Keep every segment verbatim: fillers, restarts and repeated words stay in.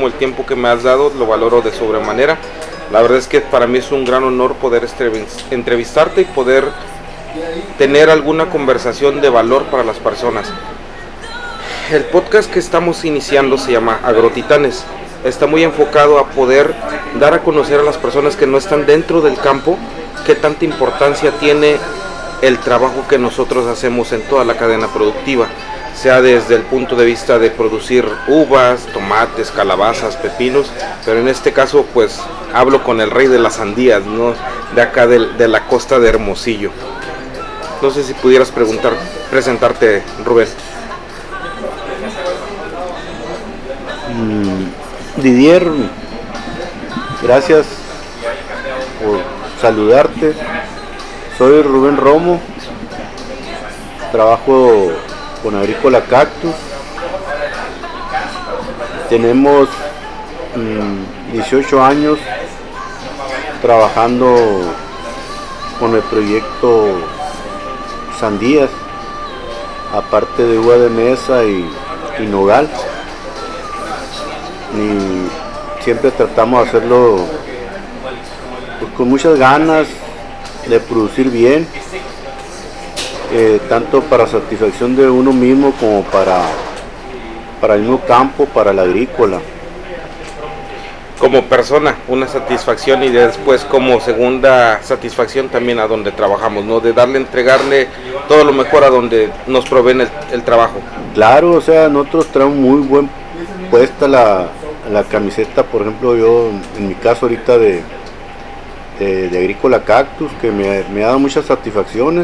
muchísimo el tiempo que me has dado, lo valoro de sobremanera. La verdad es que para mí es un gran honor poder entrevistarte y poder tener alguna conversación de valor para las personas. El podcast que estamos iniciando se llama Agrotitanes. Está muy enfocado a poder dar a conocer a las personas que no están dentro del campo qué tanta importancia tiene el trabajo que nosotros hacemos en toda la cadena productiva, sea desde el punto de vista de producir uvas, tomates, calabazas, pepinos, pero en este caso pues hablo con el rey de las sandías, ¿no? De acá de, de la costa de Hermosillo. No sé si pudieras preguntar, presentarte, Rubén. Mm, Didier, gracias por saludarte. Soy Rubén Romo, trabajo con Agrícola Cactus. Tenemos mmm, dieciocho años trabajando con el proyecto Sandías, aparte de uva de mesa y, y nogal. Y siempre tratamos de hacerlo pues, con muchas ganas de producir bien, eh, tanto para satisfacción de uno mismo como para, para el mismo campo, para la agrícola. Como persona, una satisfacción, y después como segunda satisfacción también a donde trabajamos, ¿no? De darle, entregarle todo lo mejor a donde nos proveen el, el trabajo. Claro, o sea, nosotros traemos muy buen puesta la, la camiseta, por ejemplo, yo en mi caso ahorita de De, de Agrícola Cactus, que me, me ha dado muchas satisfacciones.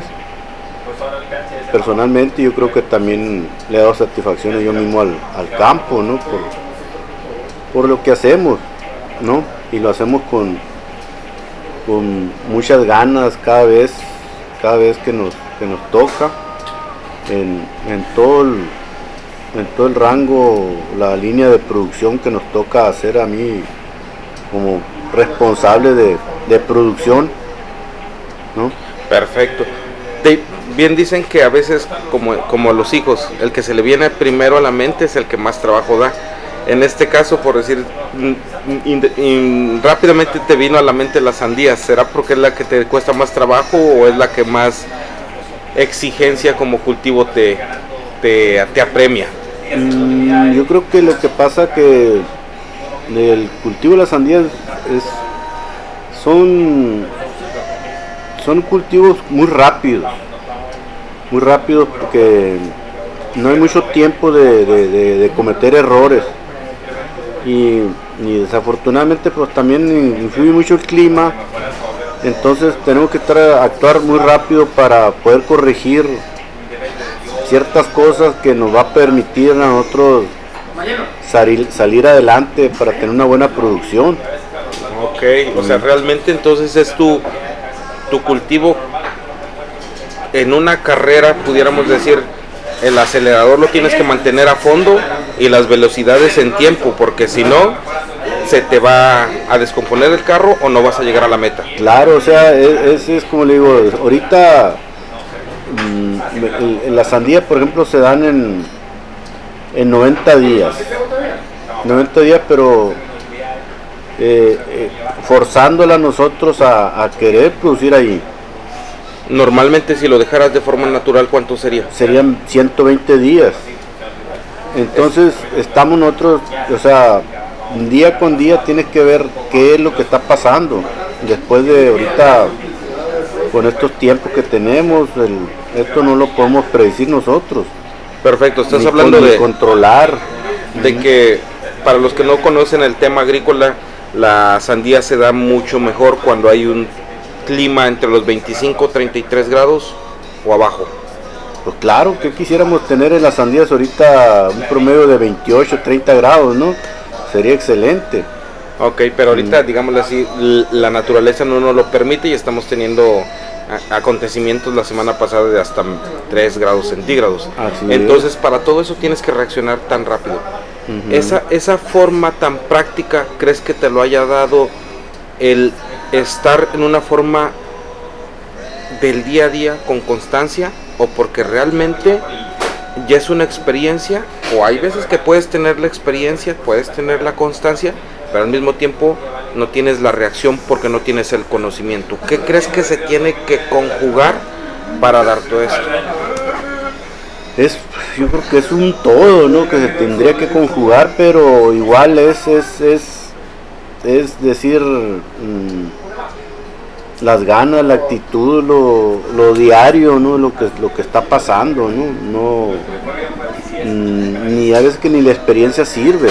Personalmente yo creo que también le he dado satisfacciones yo mismo al, al campo, ¿no? Por, por lo que hacemos, ¿no? Y lo hacemos con, con muchas ganas cada vez, cada vez que nos, que nos toca, en, en, todo el, en todo el rango, la línea de producción que nos toca hacer a mí como responsable de, de producción, ¿no? Perfecto. De, bien dicen que a veces, como, como a los hijos, el que se le viene primero a la mente es el que más trabajo da. En este caso, por decir, in, in, rápidamente te vino a la mente la sandía. ¿Será porque es la que te cuesta más trabajo o es la que más exigencia como cultivo te, te, te apremia? Mm, yo creo que lo que pasa que el cultivo de las sandías es, son, son cultivos muy rápidos, muy rápidos porque no hay mucho tiempo de, de, de, de cometer errores y, y desafortunadamente pues también influye mucho el clima, entonces tenemos que estar, actuar muy rápido para poder corregir ciertas cosas que nos va a permitir a nosotros salir, salir adelante para tener una buena producción. Ok, o sea, realmente entonces es tu, tu cultivo en una carrera, pudiéramos decir, el acelerador lo tienes que mantener a fondo y las velocidades en tiempo, porque si no, se te va a descomponer el carro o no vas a llegar a la meta. Claro, o sea, es, es como le digo, ahorita mmm, las sandías, por ejemplo, se dan en, en noventa días, noventa días, pero eh, eh, forzándola nosotros a, a querer producir ahí. Normalmente si lo dejaras de forma natural, ¿cuánto sería? Serían ciento veinte días. Entonces estamos nosotros, o sea, día con día tienes que ver qué es lo que está pasando. Después de ahorita, con estos tiempos que tenemos, el, esto no lo podemos predecir nosotros. Perfecto, estás ni hablando con, de ni controlar. De que para los que no conocen el tema agrícola, la sandía se da mucho mejor cuando hay un clima entre los veinticinco, treinta y tres grados o abajo. Pues claro, que quisiéramos tener en las sandías ahorita un promedio de veintiocho, treinta grados, ¿no? Sería excelente. Ok, pero ahorita, mm. digámoslo así, la naturaleza no nos lo permite y estamos teniendo acontecimientos la semana pasada de hasta tres grados centígrados. Así Entonces, es. Para todo eso tienes que reaccionar tan rápido. Uh-huh. Esa, esa forma tan práctica, ¿crees que te lo haya dado el estar en una forma del día a día con constancia, o porque realmente ya es una experiencia o hay veces que puedes tener la experiencia, puedes tener la constancia, pero al mismo tiempo no tienes la reacción porque no tienes el conocimiento. ¿Qué crees que se tiene que conjugar para dar todo esto? Es, yo creo que es un todo, ¿no? Que se tendría que conjugar, pero igual es, es, es, es decir, mmm, las ganas, la actitud, lo, lo diario, ¿no? Lo que, lo que está pasando, ¿no? No, mmm, ni a veces que ni la experiencia sirve.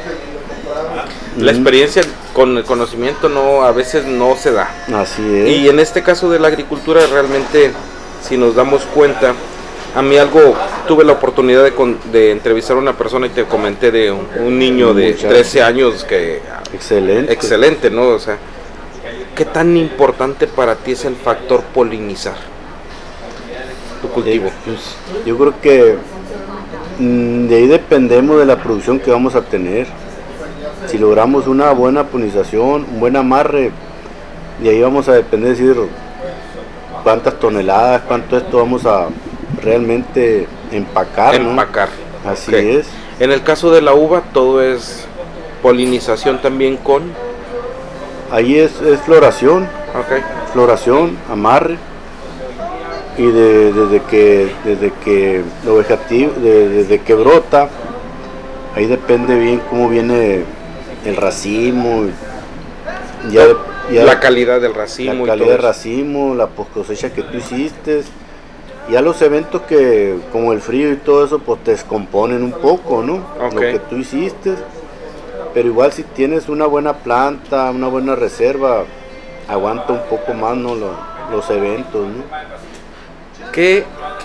La experiencia con el conocimiento no, a veces no se da. Así es. Y en este caso de la agricultura realmente, si nos damos cuenta, a mí algo, tuve la oportunidad de, con, de entrevistar a una persona y te comenté de un, un niño de trece años que... Excelente. Excelente, ¿no? O sea, ¿qué tan importante para ti es el factor polinizar tu cultivo? Eh, pues, yo creo que mmm, de ahí dependemos de la producción que vamos a tener. Si logramos una buena polinización, un buen amarre, de ahí vamos a depender de decir cuántas toneladas, cuánto esto vamos a realmente empacar, Empacar. ¿no? Así Okay. es. En el caso de la uva, todo es polinización también con... Ahí es, es floración, Okay. floración, amarre, y de, desde que desde que lo vegetativo, de, desde que brota, ahí depende bien cómo viene el racimo, ya, ya la calidad del racimo, la calidad y todo del eso. racimo, la post cosecha que tú hiciste, ya los eventos que como el frío y todo eso pues te descomponen un poco, ¿no? Okay. Lo que tú hiciste, pero igual si tienes una buena planta, una buena reserva, aguanta un poco más, ¿no? Los, los eventos, ¿no? ¿Qué,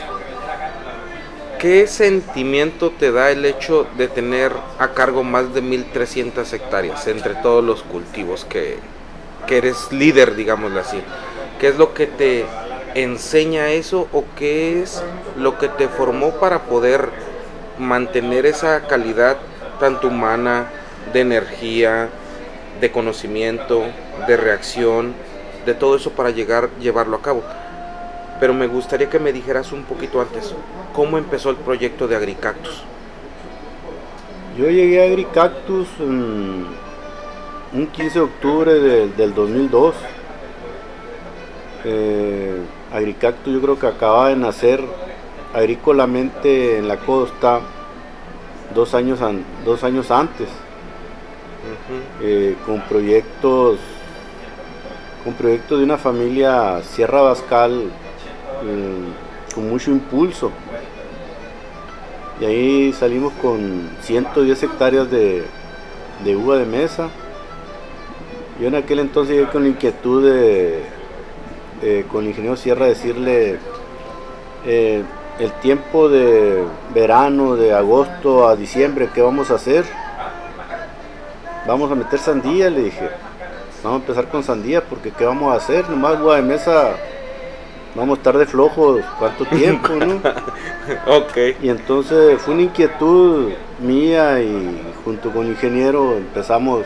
¿Qué sentimiento te da el hecho de tener a cargo más de mil trescientas hectáreas entre todos los cultivos que, que eres líder, digámoslo así? ¿Qué es lo que te enseña eso o qué es lo que te formó para poder mantener esa calidad tanto humana, de energía, de conocimiento, de reacción, de todo eso para llegar, llevarlo a cabo? Pero me gustaría que me dijeras un poquito antes, ¿cómo empezó el proyecto de Agricactus? Yo llegué a Agricactus um, un quince de octubre de, del dos mil dos. Eh, Agricactus yo creo que acaba de nacer agrícolamente en la costa dos años, an, dos años antes, uh-huh. eh, con proyectos con proyectos de una familia Sierra Bascal, eh, con mucho impulso, y ahí salimos con ciento diez hectáreas de, de uva de mesa. Yo en aquel entonces llegué con la inquietud de eh, con el ingeniero Sierra decirle eh, el tiempo de verano, de agosto a diciembre, ¿qué vamos a hacer? Vamos a meter sandía, le dije. Vamos a empezar con sandía, porque ¿qué vamos a hacer? Nomás uva de mesa, vamos a estar de flojos, ¿cuánto tiempo, no? Ok. Y entonces fue una inquietud mía y junto con el ingeniero empezamos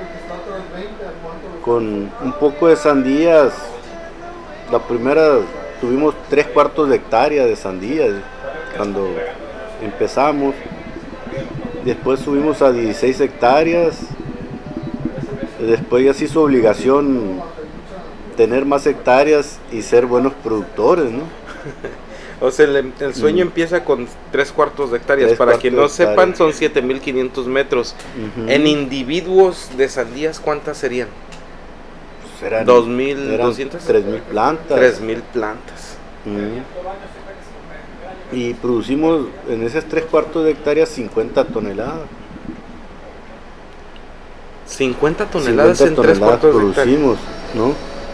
con un poco de sandías. La primera tuvimos tres cuartos de hectárea de sandías cuando empezamos. Después subimos a dieciséis hectáreas. Después ya se hizo obligación tener más hectáreas y ser buenos productores, ¿no? O sea, el, el sueño mm. empieza con tres cuartos de hectáreas. Tres Para quien no sepan, son siete mil quinientos metros. Uh-huh. En individuos de sandías, ¿cuántas serían? Pues eran ¿dos mil doscientas? tres mil plantas. tres mil plantas. Uh-huh. Y producimos en esas tres cuartos de hectáreas cincuenta toneladas. cincuenta toneladas en tres cuartos producimos, ¿no?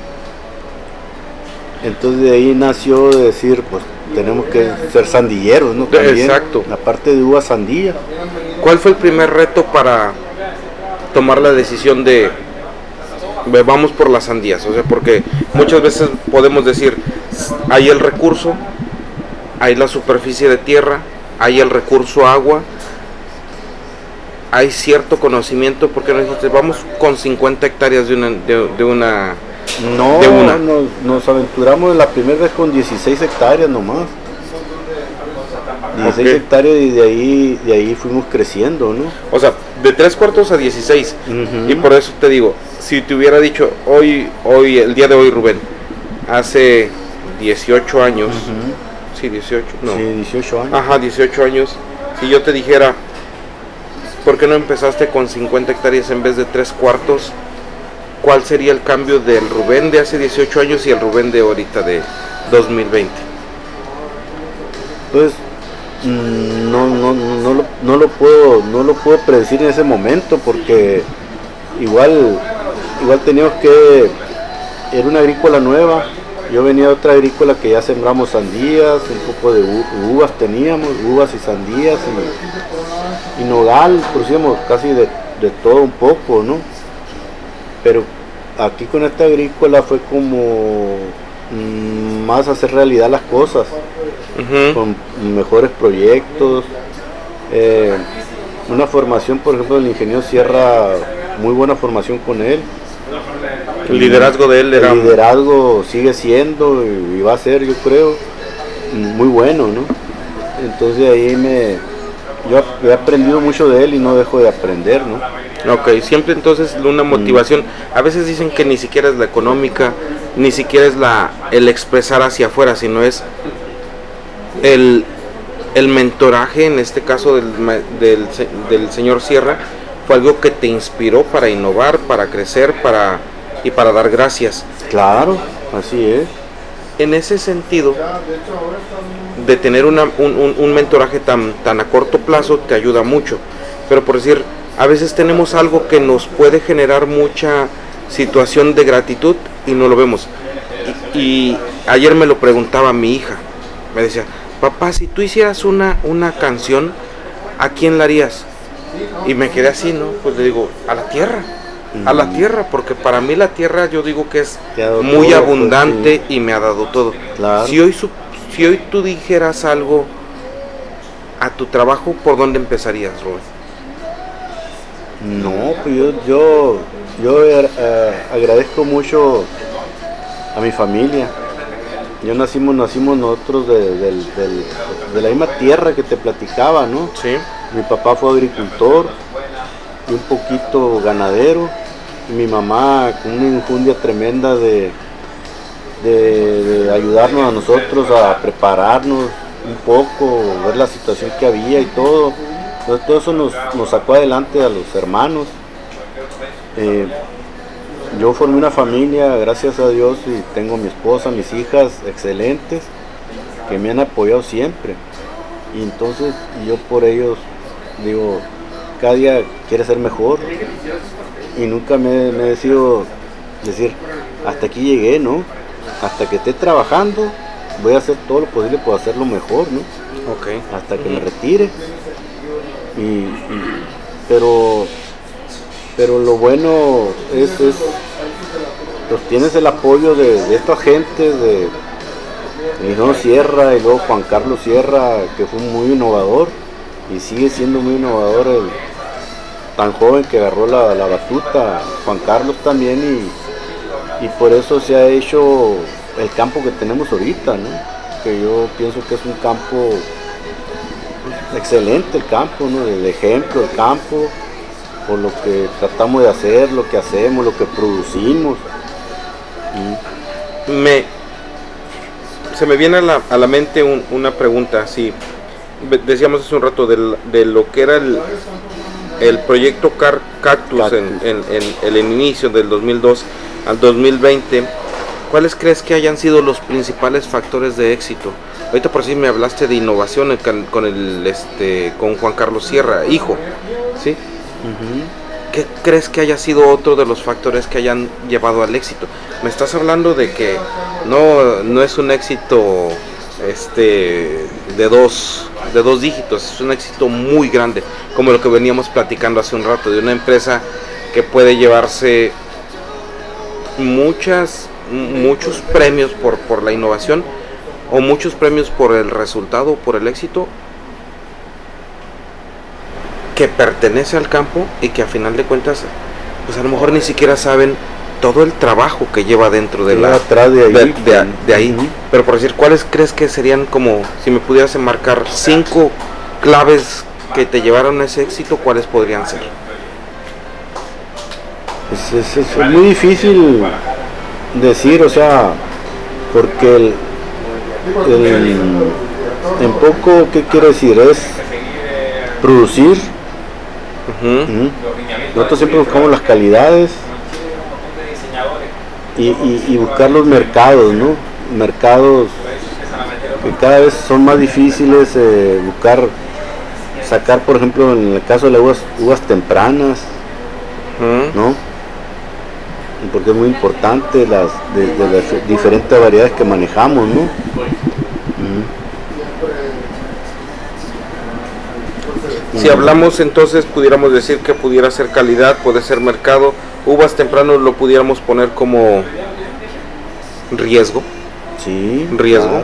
Entonces de ahí nació de decir, pues tenemos que ser sandilleros, ¿no? También, exacto. La parte de uva sandía. ¿Cuál fue el primer reto para tomar la decisión de vamos por las sandías? O sea, porque muchas veces podemos decir, hay el recurso, hay la superficie de tierra, hay el recurso agua, hay cierto conocimiento, porque nos dijiste, vamos con cincuenta hectáreas de una... De, de una no, de una. Nos, nos aventuramos la primera vez con dieciséis hectáreas nomás. dieciséis Ok. hectáreas y de ahí, de ahí fuimos creciendo, ¿no? O sea, de tres cuartos a dieciséis. Ujú. Y por eso te digo, si te hubiera dicho hoy, hoy, el día de hoy, Rubén, hace dieciocho años, Ujú. sí, dieciocho, no, Sí, dieciocho años. ajá, dieciocho años, si yo te dijera, ¿por qué no empezaste con cincuenta hectáreas en vez de tres cuartos? ¿Cuál sería el cambio del Rubén de hace dieciocho años y el Rubén de ahorita de dos mil veinte? Pues mm, no, no, no, lo, no lo puedo, no lo puedo predecir en ese momento porque igual, igual teníamos que, era una agrícola nueva. Yo venía de otra agrícola que ya sembramos sandías, un poco de u- uvas teníamos, uvas y sandías y, y nogal, producíamos casi de, de todo un poco, ¿no? Pero aquí con esta agrícola fue como mm, más hacer realidad las cosas, Ujú. con mejores proyectos, eh, una formación, por ejemplo, del ingeniero Sierra, muy buena formación con él. El liderazgo de él era... El liderazgo sigue siendo y va a ser, yo creo, muy bueno, ¿no? Entonces ahí me, yo he aprendido mucho de él y no dejo de aprender, ¿no? Ok, siempre entonces una motivación. A veces dicen que ni siquiera es la económica, ni siquiera es la el expresar hacia afuera, sino es el, el mentoraje, en este caso del, ma- del, se- del señor Sierra, fue algo que te inspiró para innovar, para crecer, para y para dar gracias. Claro, así es. En ese sentido, de tener una- un, un- un mentoraje tan, tan a corto plazo te ayuda mucho. Pero por decir, a veces tenemos algo que nos puede generar mucha situación de gratitud y no lo vemos. Y, y ayer me lo preguntaba mi hija. Me decía, papá, si tú hicieras una, una canción, ¿a quién la harías? Y me quedé así, ¿no? Pues le digo, a la tierra. A la Mm. tierra, porque para mí la tierra yo digo que es Te ha dado muy todo, abundante pues, y me ha dado todo. Claro. Si hoy, su- si hoy tú dijeras algo a tu trabajo, ¿por dónde empezarías, Rubén? No, pues yo, yo, yo eh, agradezco mucho a mi familia. Yo nacimos, nacimos nosotros de, del- del- de la misma tierra que te platicaba, ¿no? Sí. Mi papá fue agricultor y un poquito ganadero. Y mi mamá con una injundia tremenda de, de, de ayudarnos a nosotros a prepararnos un poco, ver la situación que había y todo. Entonces todo eso nos, nos sacó adelante a los hermanos. Eh, yo formé una familia, gracias a Dios, y tengo mi esposa, mis hijas excelentes, que me han apoyado siempre. Y entonces yo por ellos digo, cada día quiere ser mejor. Y nunca me, me he decidido decir, hasta aquí llegué, ¿no? Hasta que esté trabajando, voy a hacer todo lo posible por hacerlo mejor, ¿no? Ok. Hasta que me retire. Y, y- pero, pero lo bueno es, es pues tienes el apoyo de, de esta gente, de Miguel Sierra y luego Juan Carlos Sierra, que fue muy innovador y sigue siendo muy innovador, el tan joven que agarró la, la batuta, Juan Carlos también, y, y por eso se ha hecho el campo que tenemos ahorita, ¿no? Que yo pienso que es un campo excelente, el campo, ¿no? El ejemplo, el campo, por lo que tratamos de hacer, lo que hacemos, lo que producimos. Y Me, se me viene a la, a la mente un- una pregunta, así. Ve- Decíamos hace un rato del- de lo que era el, el proyecto Car- Cactus, En, Cactus. en- en el inicio del dos mil dos al dos mil veinte. ¿Cuáles crees que hayan sido los principales factores de éxito? Ahorita por si me hablaste de innovación el can- con el este con Juan Carlos Sierra, hijo, ¿sí? ujú. ¿Qué crees que haya sido otro de los factores que hayan llevado al éxito? Me estás hablando de que no, no es un éxito este de dos de dos dígitos, es un éxito muy grande, como lo que veníamos platicando hace un rato, de una empresa que puede llevarse muchas muchos premios por, por la innovación o muchos premios por el resultado, por el éxito, que pertenece al campo y que a final de cuentas pues a lo mejor ni siquiera saben todo el trabajo que lleva dentro de Sí, la atrás de ahí, de, de- de ahí. Ujú. Pero por decir, ¿cuáles crees que serían como, si me pudieras enmarcar cinco claves que te llevaron a ese éxito, cuáles podrían ser? Es, es- es muy difícil decir, o sea, porque el, el- en poco, ¿qué quiero decir? Es producir. Ujú. Ujú. Nosotros siempre buscamos las calidades y, y- y buscar los mercados, ¿no? Mercados que cada vez son más difíciles, eh, buscar, sacar, por ejemplo, en el caso de las uvas, uvas tempranas, Ujú. ¿no? Porque es muy importante las de, de las diferentes variedades que manejamos, ¿no? Ujú. Si hablamos entonces, pudiéramos decir que pudiera ser calidad, puede ser mercado. Uvas tempranos lo pudiéramos poner como riesgo. Sí, Riesgo. claro.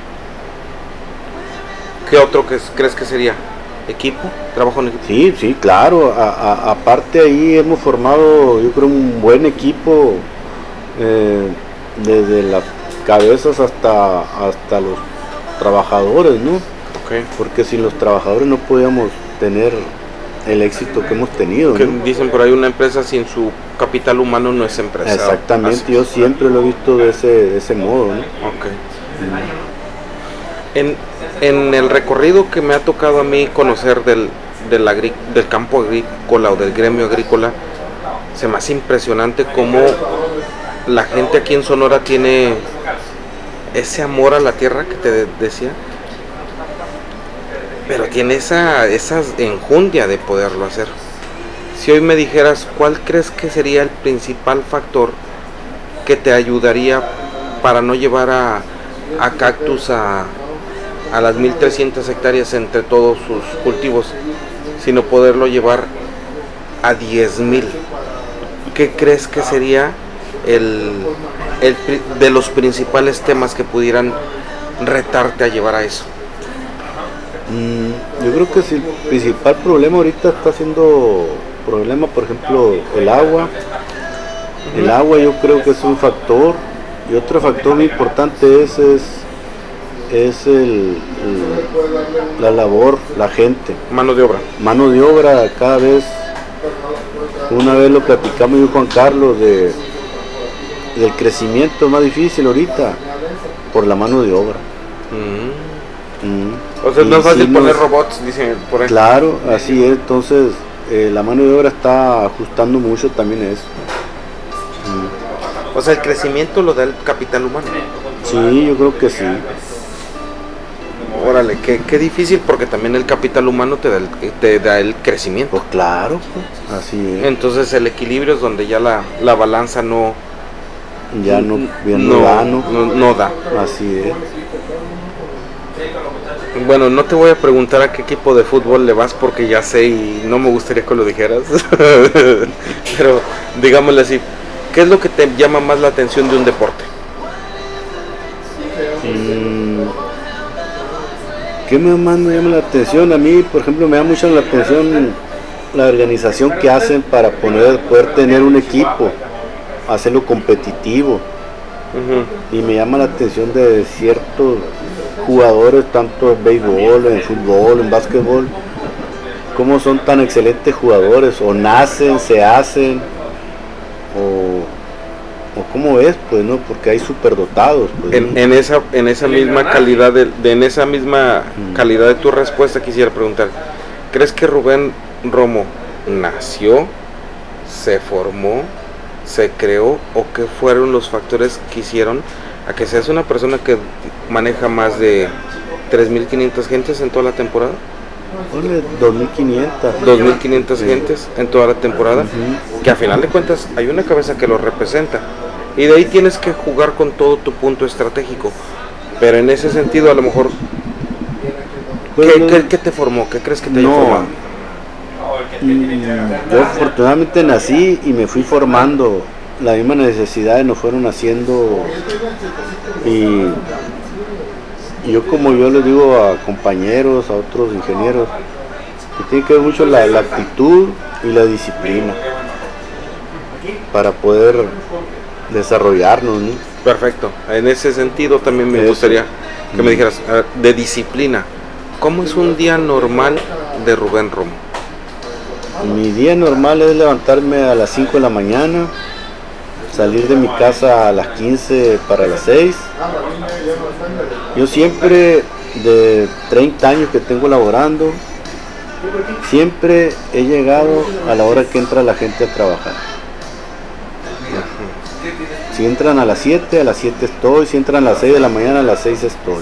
¿Qué otro que es- crees que sería? ¿Equipo? ¿Trabajo en equipo? Sí, sí, claro. A- a- aparte ahí hemos formado, yo creo, un buen equipo, eh, desde las cabezas hasta hasta los trabajadores, ¿no? Ok. Porque sin los trabajadores no podíamos tener el éxito que hemos tenido, Que ¿no? dicen por ahí, una empresa sin su capital humano no es empresa. Exactamente, Así. yo siempre lo he visto de ese, de ese modo, ¿no? Ok. En, en el recorrido que me ha tocado a mí conocer del, del, agri- del campo agrícola o del gremio agrícola, se me hace impresionante cómo la gente aquí en Sonora tiene ese amor a la tierra que te de- decía, pero tiene esa, esa enjundia de poderlo hacer. Si hoy me dijeras, ¿cuál crees que sería el principal factor que te ayudaría para no llevar a, a Cactus a, a las mil trescientas hectáreas entre todos sus cultivos, sino poderlo llevar a diez mil? ¿Qué crees que sería el, el pri- de los principales temas que pudieran retarte a llevar a eso? Mm, yo creo que si el principal problema ahorita está siendo problema, por ejemplo, el agua. El agua yo creo que es un factor, y otro factor muy importante es, es, es el, el- la labor, la gente, Mano de obra. mano de obra cada vez. Una vez lo platicamos yo y Juan Carlos de, del crecimiento más difícil ahorita por la mano de obra. Mm. Mm. O sea, Y no es fácil sí poner nos- robots, dicen por ahí. Claro, así es. Entonces, eh, la mano de obra está ajustando mucho también a eso. O sea, el crecimiento lo da el capital humano. Sí, yo creo que sí. Órale, qué, qué difícil, porque también el capital humano te da el, te da el crecimiento. Pues claro, pues, así es. Entonces el equilibrio es donde ya la, la balanza no, Ya no, ya no no, da, ¿no? no- no da. Así es. Bueno, no te voy a preguntar a qué equipo de fútbol le vas, porque ya sé y no me gustaría que lo dijeras. Pero digámosle así, ¿qué es lo que te llama más la atención de un deporte? Mm, ¿Qué me más me llama la atención? A mí, por ejemplo, me llama mucho la atención la organización que hacen para poner, poder tener un equipo, hacerlo competitivo. Ujú. Y me llama la atención de ciertos jugadores, tanto en béisbol, en fútbol, en básquetbol, cómo son tan excelentes jugadores, o nacen, se hacen, o, o cómo es, pues, ¿no? Porque hay superdotados, pues, En, ¿no? en esa en esa misma calidad de, de- en esa misma Mm. calidad de tu respuesta quisiera preguntar, ¿crees que Rubén Romo nació, se formó, se creó, o qué fueron los factores que hicieron a que seas una persona que maneja más de tres mil quinientas gentes en toda la temporada? Ponle dos mil quinientas. dos mil quinientas gentes en toda la temporada, Ujú. que a final de cuentas hay una cabeza que lo representa, y de ahí tienes que jugar con todo tu punto estratégico. Pero en ese sentido, a lo mejor, Pues, ¿qué, no- qué- qué te formó? ¿Qué crees que te haya No. formado? Mm, Yo afortunadamente nací y me fui formando. Las mismas necesidades nos fueron haciendo, y, y yo, como yo les digo a compañeros, a otros ingenieros, que tiene que ver mucho la, la actitud y la disciplina. para poder desarrollarnos, ¿no? Perfecto. En ese sentido también me Eso. gustaría que me dijeras, a ver, de disciplina, ¿cómo es un día normal de Rubén Romo? Mi día normal es levantarme a las cinco de la mañana, salir de mi casa a las quince para las seis. Yo siempre, de treinta años que tengo laborando, siempre he llegado a la hora que entra la gente a trabajar. Si entran a las siete, a las siete estoy. Si entran a las seis de la mañana, a las seis estoy.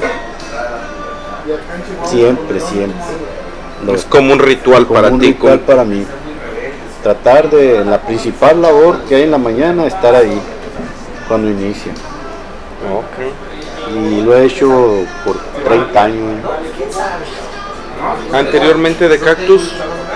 Siempre, siempre. Lo- Es como un ritual como para un ti. ritual como- para mí. Tratar de, en la principal labor que hay en la mañana, estar ahí cuando inicia. Ok. Y lo he hecho por treinta años. Anteriormente de Cactus,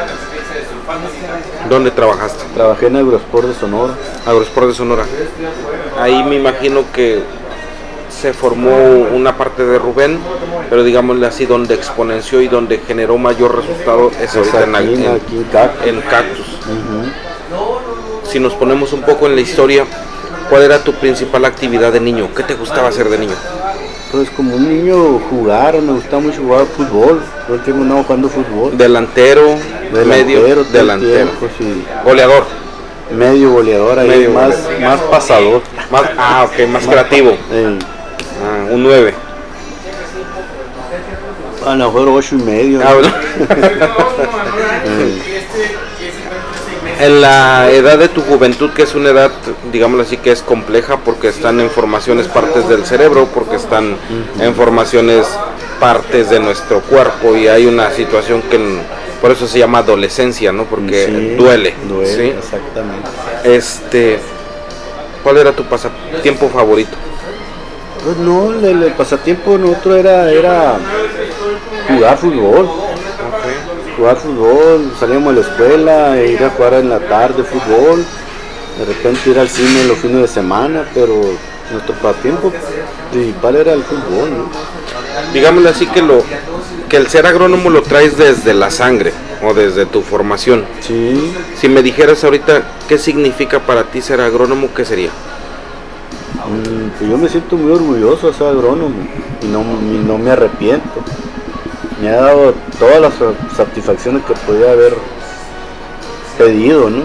¿dónde trabajaste? Trabajé en Agrosport de Sonora. Agrosport de Sonora. Ahí me imagino que se formó una parte de Rubén, pero digámosle así, donde exponenció y donde generó mayor resultado es ahorita en, Aquí, en- aquí en Cactus. en Cactus. Ujú. Si nos ponemos un poco en la historia, ¿cuál era tu principal actividad de niño? ¿Qué te gustaba hacer de niño? Pues como un niño jugar, me gustaba mucho jugar fútbol. Todo el tiempo andaba jugando fútbol. Delantero, Delantero, medio, todo el delantero. tiempo, sí. Goleador. Medio goleador ahí, Medio más, goleador. más pasador. Más, ah, ok, más creativo. Eh, Ah, un nueve. a lo mejor ocho y medio. Ah, bueno. Eh, En la edad de tu juventud, que es una edad, digámoslo así, que es compleja porque están en formaciones partes del cerebro, porque están en formaciones partes de nuestro cuerpo y hay una situación que en- por eso se llama adolescencia, ¿no? Porque sí, duele. Duele, ¿sí? exactamente. Este, ¿cuál era tu pasatiempo favorito? Pues no, el, el pasatiempo nuestro era, era jugar fútbol. Jugar fútbol, salíamos de la escuela, e ir a jugar en la tarde fútbol, de repente ir al cine los fines de semana, pero nuestro pasatiempo principal era el fútbol, ¿no? Digámoslo así que lo que el ser agrónomo lo traes desde la sangre o desde tu formación. Sí, Si me dijeras ahorita qué significa para ti ser agrónomo, ¿qué sería? mm, pues yo me siento muy orgulloso de ser agrónomo y no, y no me arrepiento. Me ha dado todas las satisfacciones que podía haber pedido, ¿no?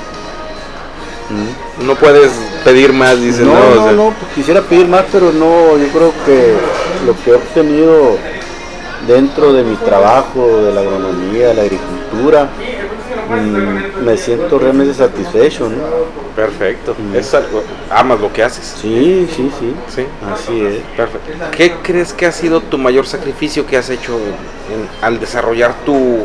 Mm. No puedes pedir más, dices, No, no, o no, sea, no, pues quisiera pedir más, pero no, yo creo que lo que he obtenido dentro de mi trabajo, de la agronomía, de la agricultura, mm, me siento realmente satisfecho, ¿no? perfecto. Mm. Es algo, amas lo que haces. Sí, sí, sí, Sí. así es. Perfecto. ¿Qué crees que ha sido tu mayor sacrificio que has hecho en- en- al desarrollar tu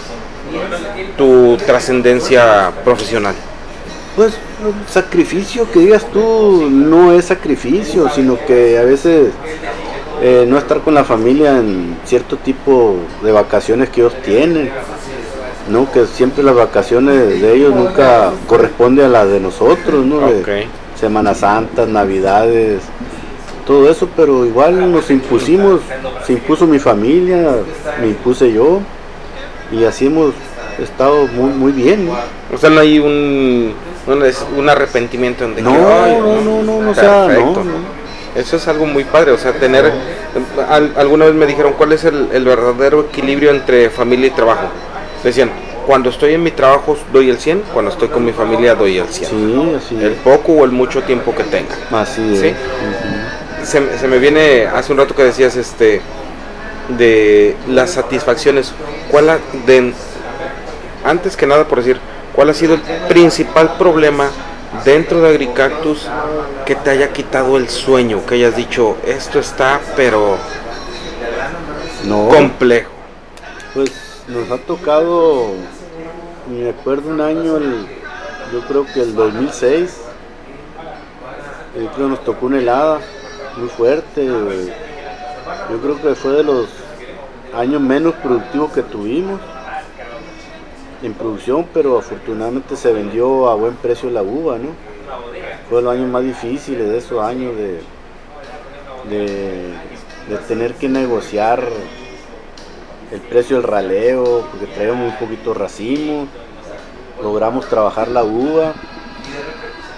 tu trascendencia profesional? Pues sacrificio que digas tú no es sacrificio, sino que a veces eh, no estar con la familia en cierto tipo de vacaciones que ellos tienen, ¿no? Que siempre las vacaciones de ellos nunca corresponde a las de nosotros, ¿no? De Ok. Semana Santa, Navidades, todo eso, pero igual nos impusimos, se impuso mi familia, me impuse yo y así hemos estado muy, muy bien, ¿no? O sea, no hay un un, un arrepentimiento en de que, No, "Ay, no, no, no, no, o sea, perfecto". no, no. Eso es algo muy padre, o sea, tener, al- alguna vez me dijeron, ¿cuál es el, el verdadero equilibrio entre familia y trabajo? Decían, cuando estoy en mi trabajo doy el cien, cuando estoy con mi familia doy el cien. Sí, así El es. poco o el mucho tiempo que tenga. Así es. ¿Sí? Ujú. Se, se me viene hace un rato que decías este de las satisfacciones. ¿Cuál ha- de, antes que nada por decir, cuál ha sido el principal problema dentro de Agricactus que te haya quitado el sueño, que hayas dicho, esto está pero No, complejo? pues nos ha tocado, me acuerdo un año, el- yo creo que el dos mil seis, yo creo que nos tocó una helada muy fuerte. Yo creo que fue de los años menos productivos que tuvimos en producción, pero afortunadamente se vendió a buen precio la uva, ¿no? Fue los años más difíciles de esos años de, de, de tener que negociar el precio del raleo, porque traíamos un poquito de racimo, logramos trabajar la uva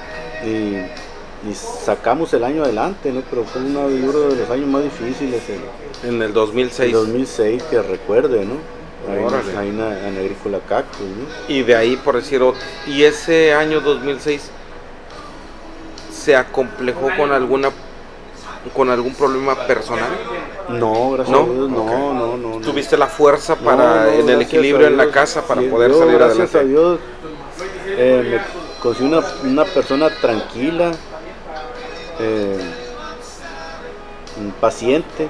y, y sacamos el año adelante, ¿no? Pero fue uno de los años más difíciles. El, en el dos mil seis. El dos mil seis, que recuerde, ¿no? Ahí, ahí en, en Agrícola Cactus, ¿no? Y de ahí, por decir, y ese año dos mil seis se acomplejó con alguna con algún problema personal. No, gracias ¿No? a Dios, no, okay. no, no, no. ¿Tuviste la fuerza para, no, no, en el equilibrio en la casa para sí, poder yo, salir gracias adelante? Gracias a Dios, eh, me conseguí una, una persona tranquila, eh, paciente.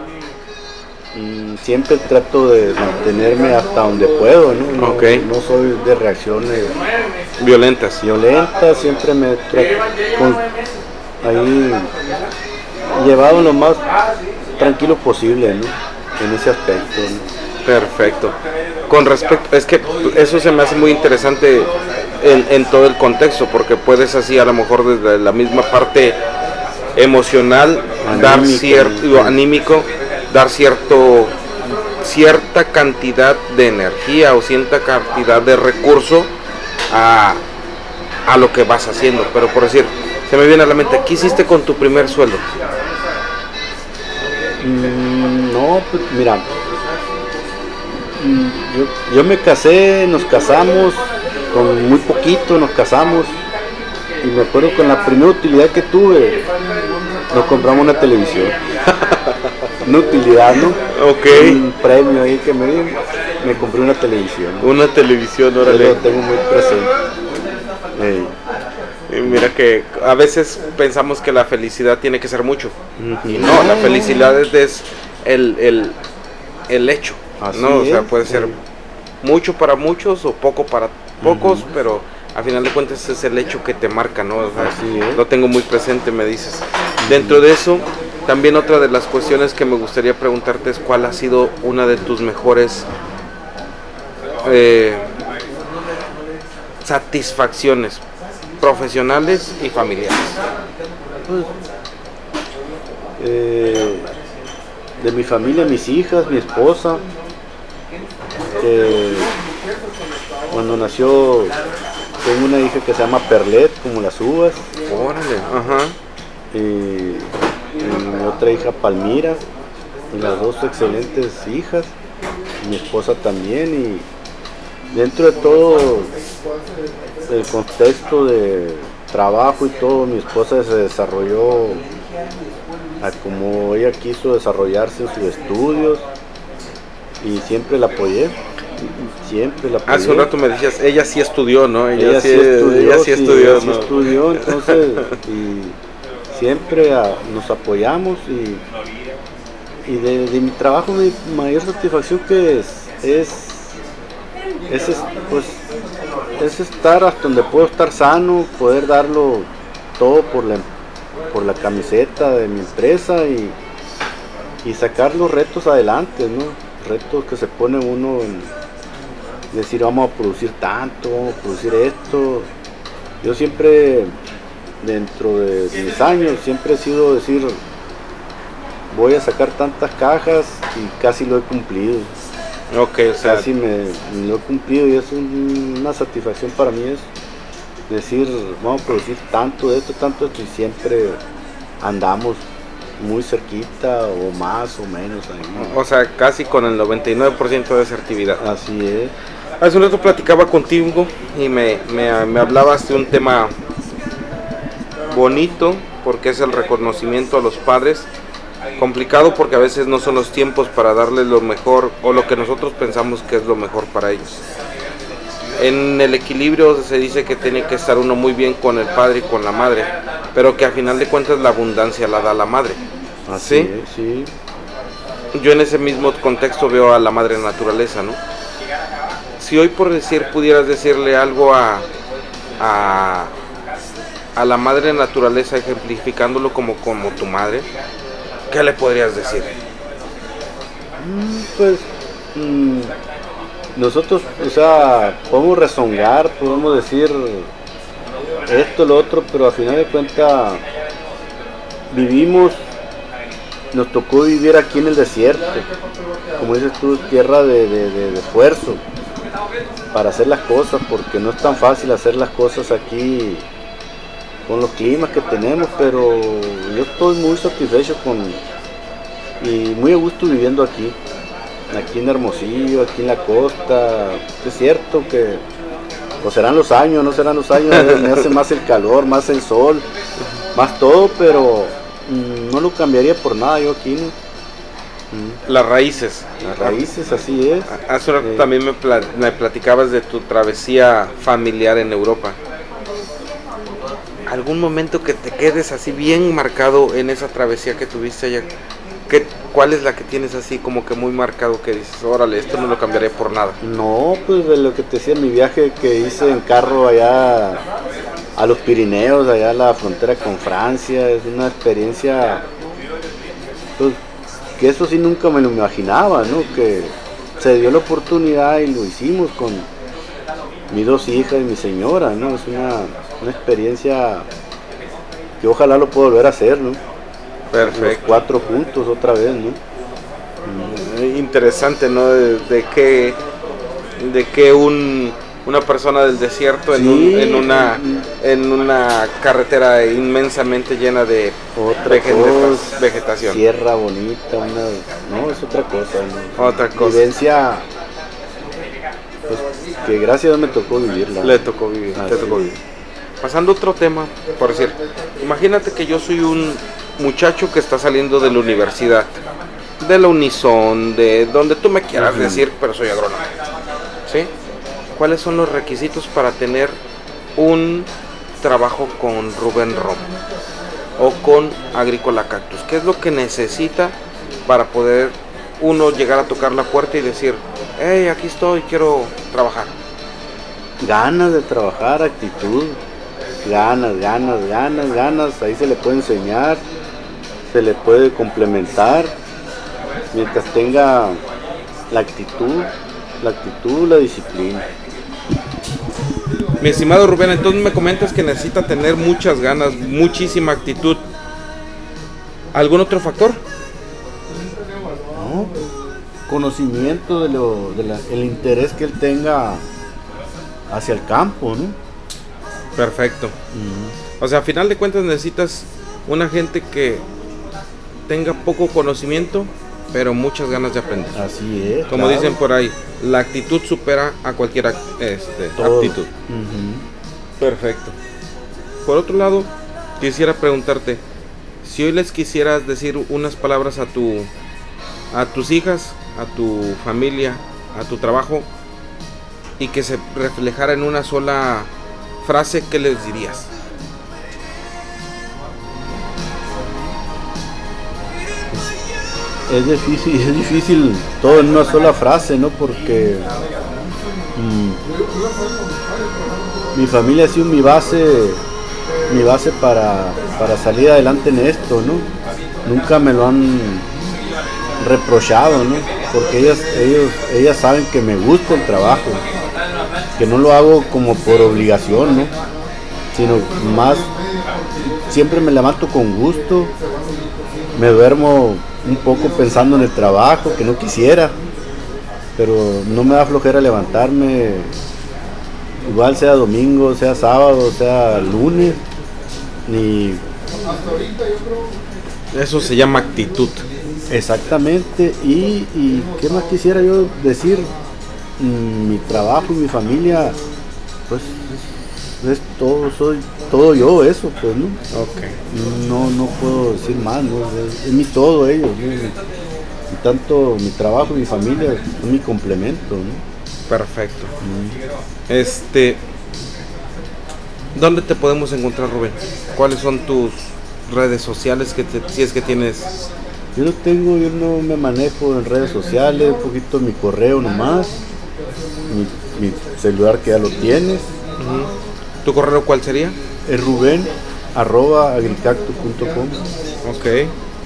Siempre trato de mantenerme hasta donde puedo, ¿no? No, okay. no soy de reacciones violentas. Violentas, siempre me trato con, ahí llevado lo más tranquilo posible, ¿no? En ese aspecto, ¿no? Perfecto. Con respecto, es que eso se me hace muy interesante en, en todo el contexto, porque puedes así a lo mejor desde la misma parte emocional, anímico, dar cierto, anímico, dar cierto cierta cantidad de energía o cierta cantidad de recurso a, a lo que vas haciendo. Pero por decir, se me viene a la mente, ¿qué hiciste con tu primer sueldo? Mm, no, pues mira, yo, yo me casé, nos casamos, con muy poquito nos casamos, y me acuerdo con la primera utilidad que tuve, nos compramos una televisión. Una utilidad, ¿no? Ok. Un premio ahí que me di, me compré una televisión. Una televisión, órale. Yo lo tengo muy presente. Hey. Y mira que a veces pensamos que la felicidad tiene que ser mucho. Uh-huh. Y no, la felicidad es el, el, el hecho. Así ¿no? O sea, es, puede ser sí. mucho para muchos o poco para pocos, uh-huh. pero a final de cuentas es el hecho que te marca, ¿no? O sea, así es. Lo tengo muy presente, me dices. Uh-huh. Dentro de eso, también otra de las cuestiones que me gustaría preguntarte es cuál ha sido una de tus mejores eh, satisfacciones profesionales y familiares. Pues, eh, de mi familia, mis hijas, mi esposa, que cuando nació tengo una hija que se llama Perlet, como las uvas. Órale, ajá. Y, y mi otra hija Palmira, y las dos excelentes hijas, y mi esposa también. Y dentro de todo el contexto de trabajo y todo, mi esposa se desarrolló a como ella quiso desarrollarse en sus estudios, y siempre la apoyé. Siempre la apoyé. Hace un rato me decías, ella sí estudió, ¿no? Ella, ella sí, sí estudió, ella sí estudió, sí, ¿no? sí estudió, entonces, y siempre a, nos apoyamos, y, y de, de mi trabajo mi mayor satisfacción que es, es, es, es, pues, es estar hasta donde puedo estar sano, poder darlo todo por la, por la camiseta de mi empresa, y, y sacar los retos adelante, ¿no? Retos que se pone uno en decir, vamos a producir tanto, vamos a producir esto. Yo siempre, dentro de mis años, siempre he sido decir, voy a sacar tantas cajas, y casi lo he cumplido. Ok, o sea, casi me, me lo he cumplido, y es un, una satisfacción para mí es decir, vamos a producir tanto de esto, tanto de esto, y siempre andamos muy cerquita, o más o menos ahí, ¿no? O sea, casi con el noventa y nueve por ciento de asertividad. Así es. Hace un rato platicaba contigo y me, me, me hablabas de un tema bonito, porque es el reconocimiento a los padres. Complicado porque a veces no son los tiempos para darles lo mejor, o lo que nosotros pensamos que es lo mejor para ellos. En el equilibrio se dice que tiene que estar uno muy bien con el padre y con la madre, pero que a final de cuentas la abundancia la da la madre. Así ¿sí? Es, sí. Yo en ese mismo contexto veo a la madre naturaleza, ¿no? Si hoy por decir pudieras decirle algo a, a, a la madre naturaleza, ejemplificándolo como, como tu madre, ¿qué le podrías decir? Pues mmm, nosotros, o sea, podemos rezongar, podemos decir esto, lo otro, pero al final de cuentas vivimos, nos tocó vivir aquí en el desierto, como dices tú, tierra de, de, de, de esfuerzo para hacer las cosas, porque no es tan fácil hacer las cosas aquí con los climas que tenemos, pero yo estoy muy satisfecho con y muy a gusto viviendo aquí, aquí en Hermosillo, aquí en la costa. Es cierto que pues serán los años, no serán los años, me hace más el calor, más el sol, más todo, pero mmm, no lo cambiaría por nada yo aquí, ¿no? Mm. Las raíces. Las raíces, así es. Hace un rato eh. también me, pla- me platicabas de tu travesía familiar en Europa. ¿Algún momento que te quedes así bien marcado en esa travesía que tuviste allá? ¿Qué, ¿Cuál es la que tienes así como que muy marcado que dices, órale, esto no lo cambiaré por nada? No, pues de lo que te decía, mi viaje que hice en carro allá a los Pirineos, allá a la frontera con Francia, es una experiencia, pues, que eso sí nunca me lo imaginaba, ¿no? Que se dio la oportunidad y lo hicimos con mis dos hijas y mi señora, ¿no? Es una, una experiencia que ojalá lo pueda volver a hacer, ¿no? Perfecto. Los cuatro juntos otra vez, ¿no? Mm. Interesante, ¿no? De, de que de que un una persona del desierto en, sí, un, en una en una carretera inmensamente llena de otra vegeta- cosa, vegetación. Tierra bonita, una, no, es otra cosa, ¿no? Otra cosa. Vivencia, pues, que gracias a Dios me tocó vivirla. Le tocó vivir, ah, te sí. tocó vivir. Pasando a otro tema, por decir, imagínate que yo soy un muchacho que está saliendo de la universidad, de la Unison, de donde tú me quieras uh-huh. decir, pero soy agrónomo, ¿sí? ¿Cuáles son los requisitos para tener un trabajo con Rubén Romo o con Agrícola Cactus? ¿Qué es lo que necesita para poder uno llegar a tocar la puerta y decir, hey, aquí estoy, quiero trabajar? Ganas de trabajar, actitud, ganas, ganas, ganas, ganas, ahí se le puede enseñar, se le puede complementar, mientras tenga la actitud, la actitud, la disciplina. Mi estimado Rubén, entonces me comentas que necesita tener muchas ganas, muchísima actitud. ¿Algún otro factor? No, conocimiento de lo, de la, el interés que él tenga hacia el campo, ¿no? Perfecto. Uh-huh. O sea, a final de cuentas necesitas una gente que tenga poco conocimiento, pero muchas ganas de aprender. Así es. Como claro. dicen por ahí, la actitud supera a cualquier este, aptitud. Uh-huh. Perfecto. Por otro lado, quisiera preguntarte, si hoy les quisieras decir unas palabras a tu, a tus hijas, a tu familia, a tu trabajo, y que se reflejara en una sola frase, ¿qué les dirías? Es difícil, es difícil todo en una sola frase, ¿no? Porque mmm, mi familia ha sido mi base, mi base para, para salir adelante en esto, ¿no? Nunca me lo han reprochado, ¿no? Porque ellas, ellos, ellas saben que me gusta el trabajo, que no lo hago como por obligación, ¿no? Sino más, siempre me levanto con gusto, me duermo un poco pensando en el trabajo, que no quisiera, pero no me da flojera levantarme, igual sea domingo, sea sábado, sea lunes, ni... Eso se llama actitud. Exactamente, y, y ¿qué más quisiera yo decir? Mi trabajo y mi familia, pues es, es todo, soy todo yo, eso, pues, ¿no? Okay. No, no puedo decir más, ¿no? Es, es mi todo ellos, ¿no? Y tanto mi trabajo y mi familia es mi complemento, ¿no? Perfecto. Mm. Este, ¿dónde te podemos encontrar, Rubén? ¿Cuáles son tus redes sociales, que te, si es que tienes? Yo no tengo, yo no me manejo en redes sociales, un poquito mi correo nomás, mi, mi celular que ya lo tienes. Uh-huh. ¿Tu correo cuál sería? Es Rubén arroba agricactus punto com. Ok.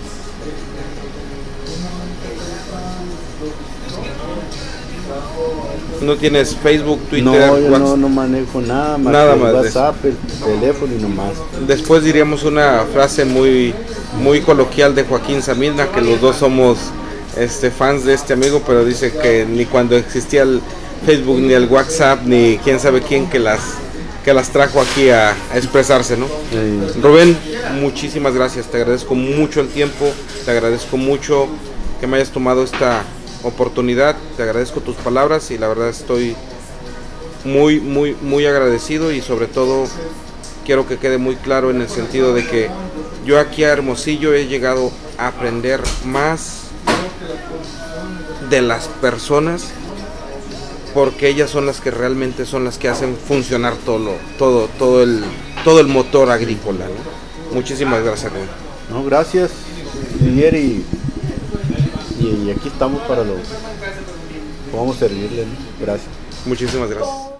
¿No tienes Facebook, Twitter? No, yo no, no manejo nada más. Nada el más WhatsApp, el teléfono y nomás. Después diríamos una frase muy, muy coloquial de Joaquín Samina, que los dos somos este, fans de este amigo, pero dice que ni cuando existía el Facebook, ni el WhatsApp, ni quién sabe quién, que las que las trajo aquí a, a expresarse, ¿no? Sí. Rubén, muchísimas gracias, te agradezco mucho el tiempo, te agradezco mucho que me hayas tomado esta oportunidad, te agradezco tus palabras y la verdad estoy muy, muy, muy agradecido y sobre todo quiero que quede muy claro en el sentido de que yo aquí a Hermosillo he llegado a aprender más de las personas porque ellas son las que realmente son las que hacen funcionar todo lo, todo, todo el, todo el motor agrícola, ¿no? Muchísimas gracias, Rubén. No, gracias, Didier, y, y, y aquí estamos para lo que podamos servirle, ¿no? Gracias. Muchísimas gracias.